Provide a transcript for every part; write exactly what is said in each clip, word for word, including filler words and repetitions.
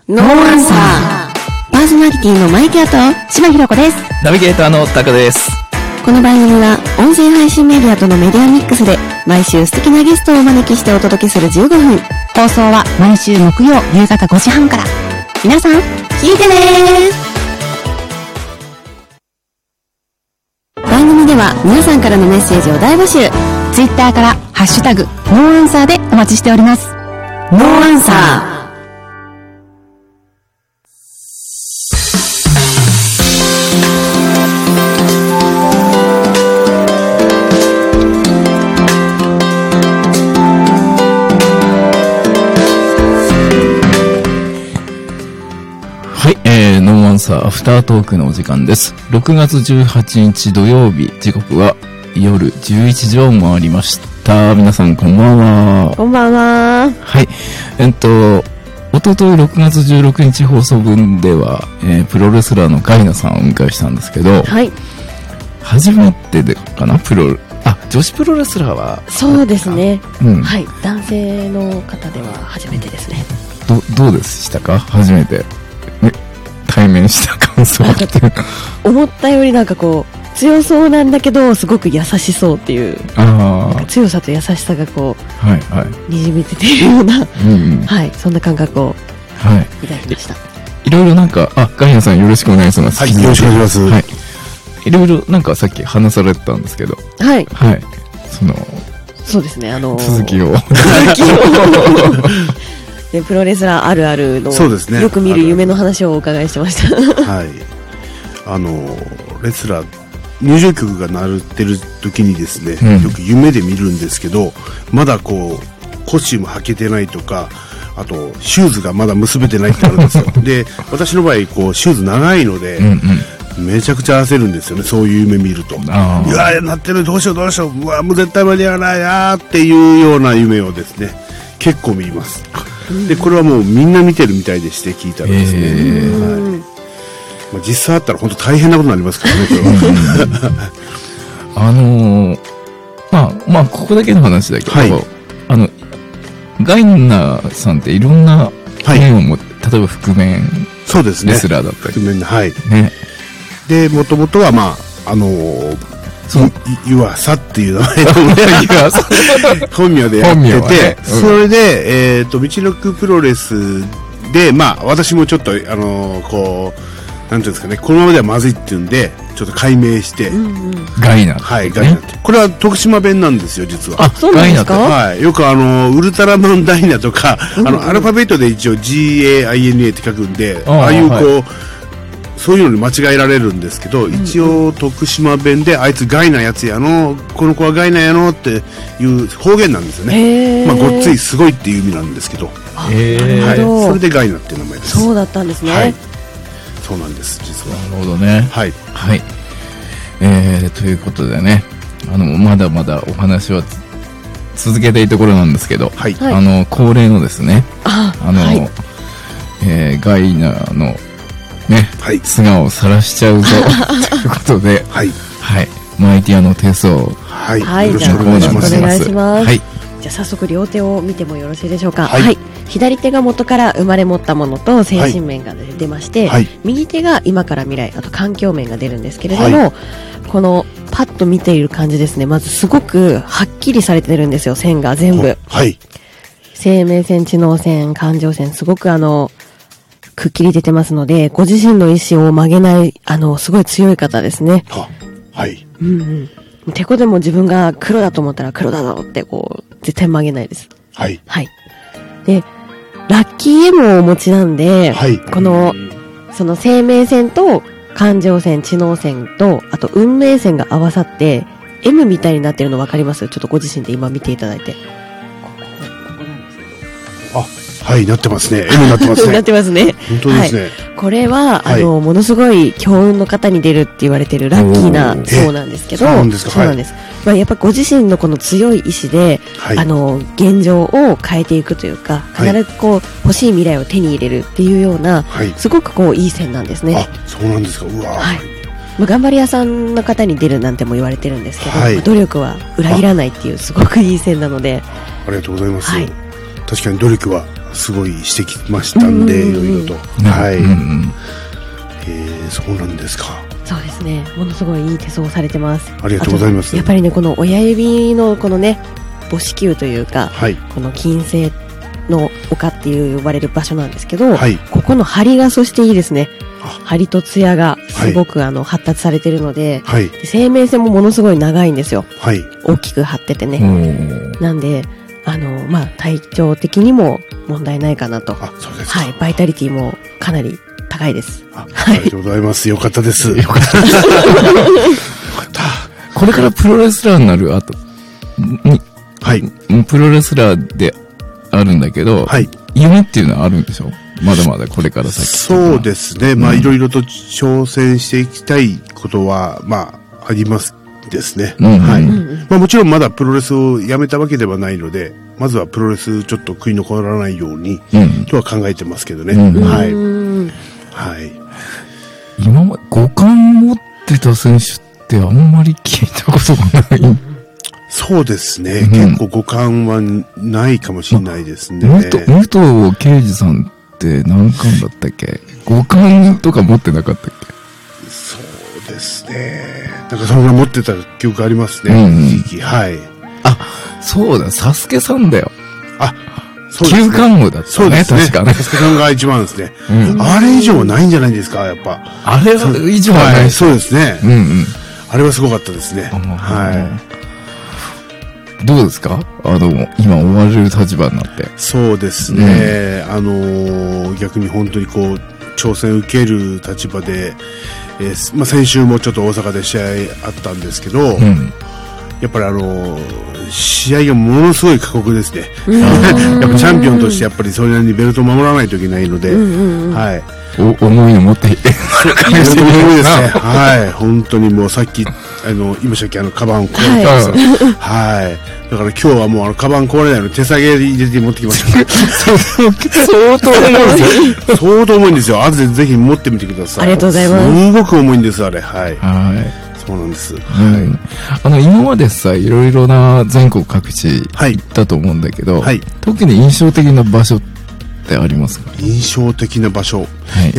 ノーアンサー。パーソナリティのマイケアと柴ひろ子です。 ナビゲーターのタカです。 この番組は音声配信メディアとのメディアミックスで毎週素敵なゲストをお招きしてお届けするじゅうごふん。 放送は毎週木曜夕方ごじはんから。 皆さん聞いてねー。番組では皆さんからのメッセージを大募集。 ツイッターからハッシュタグノーアンサーでお待ちしております。 ノーアンサー。 はい、えー、ノーアンサーアフタートークのお時間です。ろくがつじゅうはちにち土曜日、時刻は夜じゅういちじを回りました。皆さんこんばんは。 こんばんは。 はい、えっとおとといろくがつじゅうろくにち放送分では、えー、プロレスラーのガイナさんをお迎えしたんですけど、 はい、初めてでかな、プロあ女子プロレスラーは。 そうですね、 うん、 はい、男性の方では初めてですね。 どどうでしたか、初めてね、対面した感想って。 思ったよりなんかこう強そうなんだけどすごく優しそうっていう、あなんか強さと優しさがこう、はいはい、にじみ出ているような、うんうん、はい、そんな感覚をいただきました。はい、 いろいろなんか、あ、ガイナさんよろしくお願いします。 はい、よろしくお願いします。はい、 いろいろなんかさっき話されてたんですけど、 はい、 はい、そのそうですね、あのー、 続きを続きをでプロレスラーあるあるの、 そうですね、 よく見る夢の話をお伺いしました。 はい、あのレスラー入場曲が鳴ってる時にですね、うん、よく夢で見るんですけど、まだこうコスチューム履けてないとか、あとシューズがまだ結べてないってあるんですよ。で、私の場合こうシューズ長いので、うんうん、めちゃくちゃ焦るんですよね、そういう夢見ると。うわーなってる、どうしようどうしよう、うわもう絶対間に合わないなーっていうような夢をですね結構見ます。でこれはもうみんな見てるみたいでして聞いたらですね、はい、まあ、実際あったら本当大変なことになりますからね、これは。 あのー、まあまあここだけの話だけど、はい、あのガイナさんっていろんな面を持って、はい、例えば覆面そうですね、 レスラーだったり、 覆面、はい、 ね、 でもともとはまああのー、そう湯浅っていう名前の本名でやってて、ね、うん、それで、えーと、道のくプロレスで、まあ、私もちょっと、あのー、こう、なんていうんですかね、このままではまずいっていうんで、ちょっと改名して、うんうん、 ガイナ、ね、 はい、ガイナって。これは徳島弁なんですよ、実は。 あ、そうなんですか？ はい。よくあの、ウルトラマンダイナとか、うんうん、あの、アルファベットで一応 ジーエーアイエヌエー って書くんで、あ, ああいうこう、はい、そういうのに間違えられるんですけど、うん、一応徳島弁であいつガイナやつやの、この子はガイナやのっていう方言なんですよね。まあごっついすごいっていう意味なんですけど、 へー、 はい、それでガイナっていう名前です。 そうだったんですね。 はい、そうなんです実は。 なるほどね。 はいはい。えー、ということでね、あのまだまだお話は続けたいところなんですけど、はい、あの恒例のですね、あ, あの、はい、えー、ガイナのね、はい、素顔を晒しちゃうぞということで、はい、はい、マイティアの手相、 はい、 はい、 よろしくお願いします。 お願いします。 はい、 じゃあ早速両手を見てもよろしいでしょうか。 はい、 はい、左手が元から生まれ持ったものと精神面が出まして、はい、右手が今から未来、あと環境面が出るんですけれども、はい、このパッと見ている感じですね、まずすごくはっきりされてるんですよ、線が全部。 はい、 生命線、知能線、感情線、すごくあのくっきり出てますので、ご自身の意思を曲げない、あの、すごい強い方ですね。 は、はい。 うんうん。てこでも自分が黒だと思ったら黒だぞって、こう、絶対曲げないです。 はい。 はい。で、ラッキー M をお持ちなんで、はい。この、その生命線と感情線、知能線と、あと運命線が合わさって、M みたいになってるの分かります？ちょっとご自身で今見ていただいて。 はい、なってますね。M になってますね。 なってますね。 本当ですね。はい、 これは、はい、あの、ものすごい強運の方に出るって言われてるラッキーなそうなんですけど、 そうなんですか。 そうなんです。はい、まあ、やっぱご自身のこの強い意志で、はい、あの、現状を変えていくというか、必ずこう、欲しい未来を手に入れるっていうような、はい、すごくこう、いい線なんですね。 あ、そうなんですか。うわ、はい。 まあ、頑張り屋さんの方に出るなんても言われてるんですけど、はい、努力は裏切らないっていうすごくいい線なので。 ありがとうございます。はい、確かに努力はすごいしてきましたんで、いろいろと。はい。うん、えー、そうなんですか。 そうですね。ものすごいいい手相をされてます。 ありがとうございます。 やっぱりね、この親指のこのね、母子球というか、 はい、 この金星の丘っていう呼ばれる場所なんですけど、 はい、 ここの張りがそしていいですね。張りと艶がすごく、はい、あの発達されているので、 はい、 生命線もものすごい長いんですよ。 はい、 大きく張っててね。なんで、あの、まあ、体調的にも問題ないかなと。 あ、そうですか。 はい、バイタリティもかなり高いです。 あ、ありがとうございます。よかったです。 よかったです。よかった。これからプロレスラーになる後に、 はい。 プロレスラーであるんだけど、 はい。 夢っていうのはあるんでしょ？まだまだこれから先。 そうですね。まあ、いろいろと挑戦していきたいことは、まあ、ありますですね。 うん、 はい。まあ、もちろんまだプロレスをやめたわけではないので、まずはプロレスちょっと悔い残らないように、うん、とは考えてますけどね。うん、はい。はい。 今まで五冠持ってた選手ってあんまり聞いたことがない。 そうですね。うん、結構五冠はないかもしれないですね。 武藤、武藤敬司さんって何冠だったっけ？五冠とか持ってなかったっけ？ そうですね。なんかそんな持ってた記憶ありますね。うん、一時期。はい。 あ、そうだ、サスケさんだよ。 あ、そうですね。 きゅう冠だったね。 そうですね。 確かね。 サスケさんが一番ですね。うん、あれ以上はないんじゃないですか、やっぱ。 あれ以上はない、 はい。そうですね。 うんうん。 あれはすごかったですね。はい。 どうですか？あの、今追われる立場になって。 そうですね。うん、あのー、逆に本当にこう、挑戦受ける立場で、えー、まあ、先週もちょっと大阪で試合あったんですけど、うん、やっぱりあのー、試合がものすごい過酷ですね。やっぱチャンピオンとしてやっぱりそれなりにベルトを守らないといけないので、はい。 お重いの持っていて。 重いですね。はい。本当にもうさっき、あの、今さっきあの、カバンを壊れたんですよ。はい。だから今日はもうあの、カバン壊れないので手提げ入れて持ってきました。 相当重いんですよ。 相当重いんですよ。後でぜひ持ってみてください。 ありがとうございます。 すごく重いんです、あれ。はい。 はい。 そうなんです。 はい。あの、今までさ、いろいろな全国各地行ったと思うんだけど、はい。特に印象的な場所ってありますか？ 印象的な場所。 はい。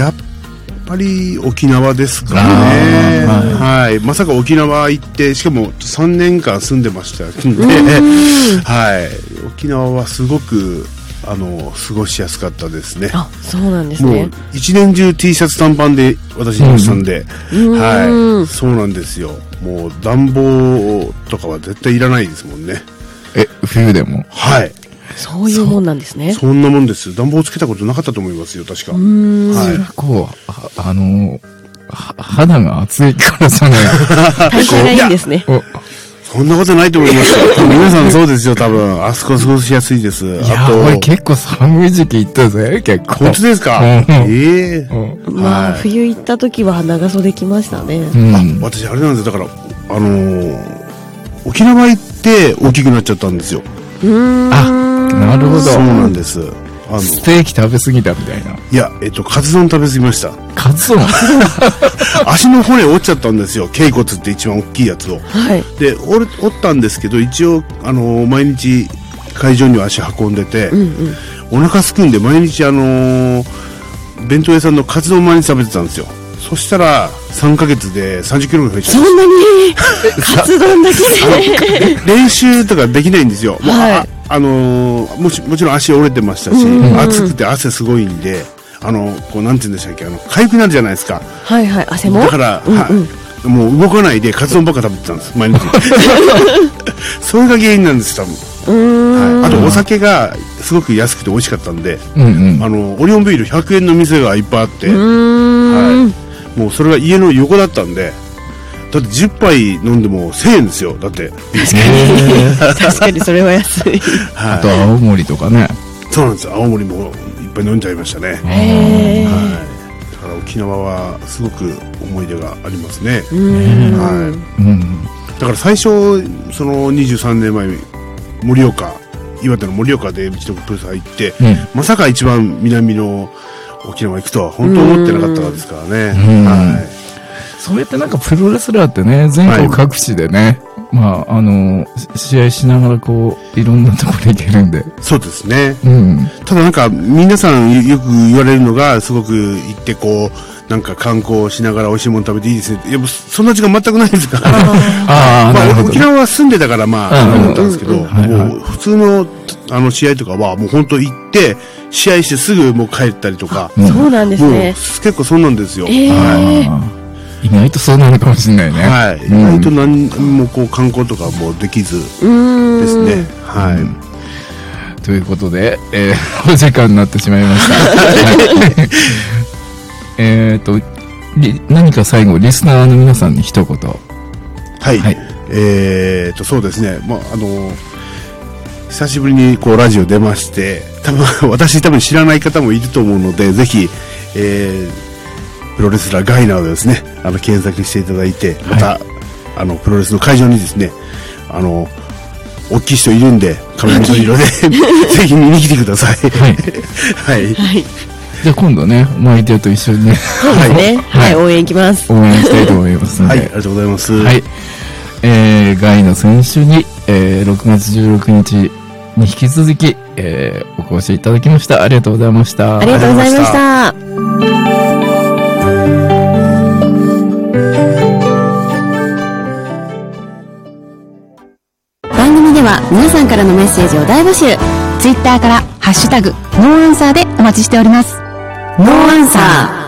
やっぱり沖縄ですかね。はい、はい。まさか沖縄行って、しかもさんねんかん住んでましたので、はい。沖縄はすごく、あの、過ごしやすかったですね。 あ、そうなんですね。 もう、一年中 T シャツ短パンで私いましたんで、うん、はい。そうなんですよ。もう暖房とかは絶対いらないですもんね。 え、冬でも？ はい。 そういうもんなんですね。 そ, そんなもんです。暖房つけたことなかったと思いますよ、確か。 うーん。 はい。こう、あ, あの、肌が熱いからじゃない。 体調がいいんですね。 そんなことないと思いますよ。皆さんそうですよ、多分。あそこ過ごしやすいです。 あと。俺結構寒い時期行ったぜ、結構。 本当ですか？ええー。まあ、はい、冬行った時は長袖着ましたね。 うん、あ、私あれなんですよ。だから、あのー、沖縄行って大きくなっちゃったんですよ。 うーん。 あ、なるほど。 そうなんです。 あのステーキ食べ過ぎたみたいな。 いや、えっと、カツ丼食べ過ぎました。 カツ丼足の骨折っちゃったんですよ。脛骨って一番大きいやつを。 はい。 で、折折ったんですけど、一応、あのー、毎日会場には足運んでて、うんうん、お腹すくんで毎日あのー、弁当屋さんのカツ丼毎日食べてたんですよ。そしたら、さんかげつでさんじゅっキロぐらい増えちゃった。 そんなにカツ丼だけで練習とかできないんですよ。もう、はい、あ、あのー、もち、もちろん足折れてましたし、うんうんうん、暑くて汗すごいんで、あの、こう、なんて言うんでしたっけ、あの、痒くなるじゃないですか。 はいはい、汗もだから、うんうん、はい、もう動かないでカツ丼ばっか食べてたんです、毎日。それが原因なんです、多分。はい、あとお酒がすごく安くて美味しかったんで、うんうん、あのオリオンビールひゃくえんの店がいっぱいあって、はい、もうそれが家の横だったんで、だってじゅっぱい飲んでもせんえんですよ、だって。 確かにそれは安い。 はい、あと青森とかね。 そうなんですよ、青森もいっぱい飲んじゃいましたね。 へー、 はい、だから沖縄はすごく思い出がありますね。 うん、 はい、うん、だから最初そのにじゅうさんねんまえ盛岡、岩手の盛岡でうちのプロレス入って、うん、まさか一番南の沖縄行くとは本当思ってなかったからですからね。はい。 そうやってなんかプロレスラーってね、全国各地でね、 まあ、あの、試合しながらこう、いろんなところに行けるんで。 そうですね。 うん。 ただなんか、皆さんよく言われるのが、すごく行ってこう、なんか観光しながら美味しいもの食べていいですね。いや、そんな時間全くないですから。ああ、まあ、沖縄は住んでたから、まあ、思ったんですけど、もう、普通の、あの、試合とかは、もう本当行って、試合してすぐもう帰ったりとか。 そうなんですね。 結構そうなんですよ。 ええ。 意外とそうなのかもしれないね。 はい。意外と何もこう観光とかもできずですね。はい。 ということで、えー、お時間になってしまいました。えっと、何か最後、リスナーの皆さんに一言。 はい。はい、えーと、そうですね。まあ、あの、久しぶりにこうラジオ出まして、多分、私多分知らない方もいると思うので、ぜひ、えー、プロレスラーガイナーをですね、あの、検索していただいて、また、はい、あの、プロレスの会場にですね、あの、大きい人いるんで、髪の色で、ぜひ見に来てください。はい。はい。はい。 じゃあ今度ね、マイティアと一緒にね。 そうですね。はい、応援行きます。 応援したいと思いますので。 はい、ありがとうございます。 はい。えー、ガイナ選手に、えー、ろくがつじゅうろくにちに引き続き、えー、お越しいただきました。ありがとうございました。 ありがとうございました。 皆さんからのメッセージを大募集。ツイッターからハッシュタグノーアンサーでお待ちしております。ノーアンサー。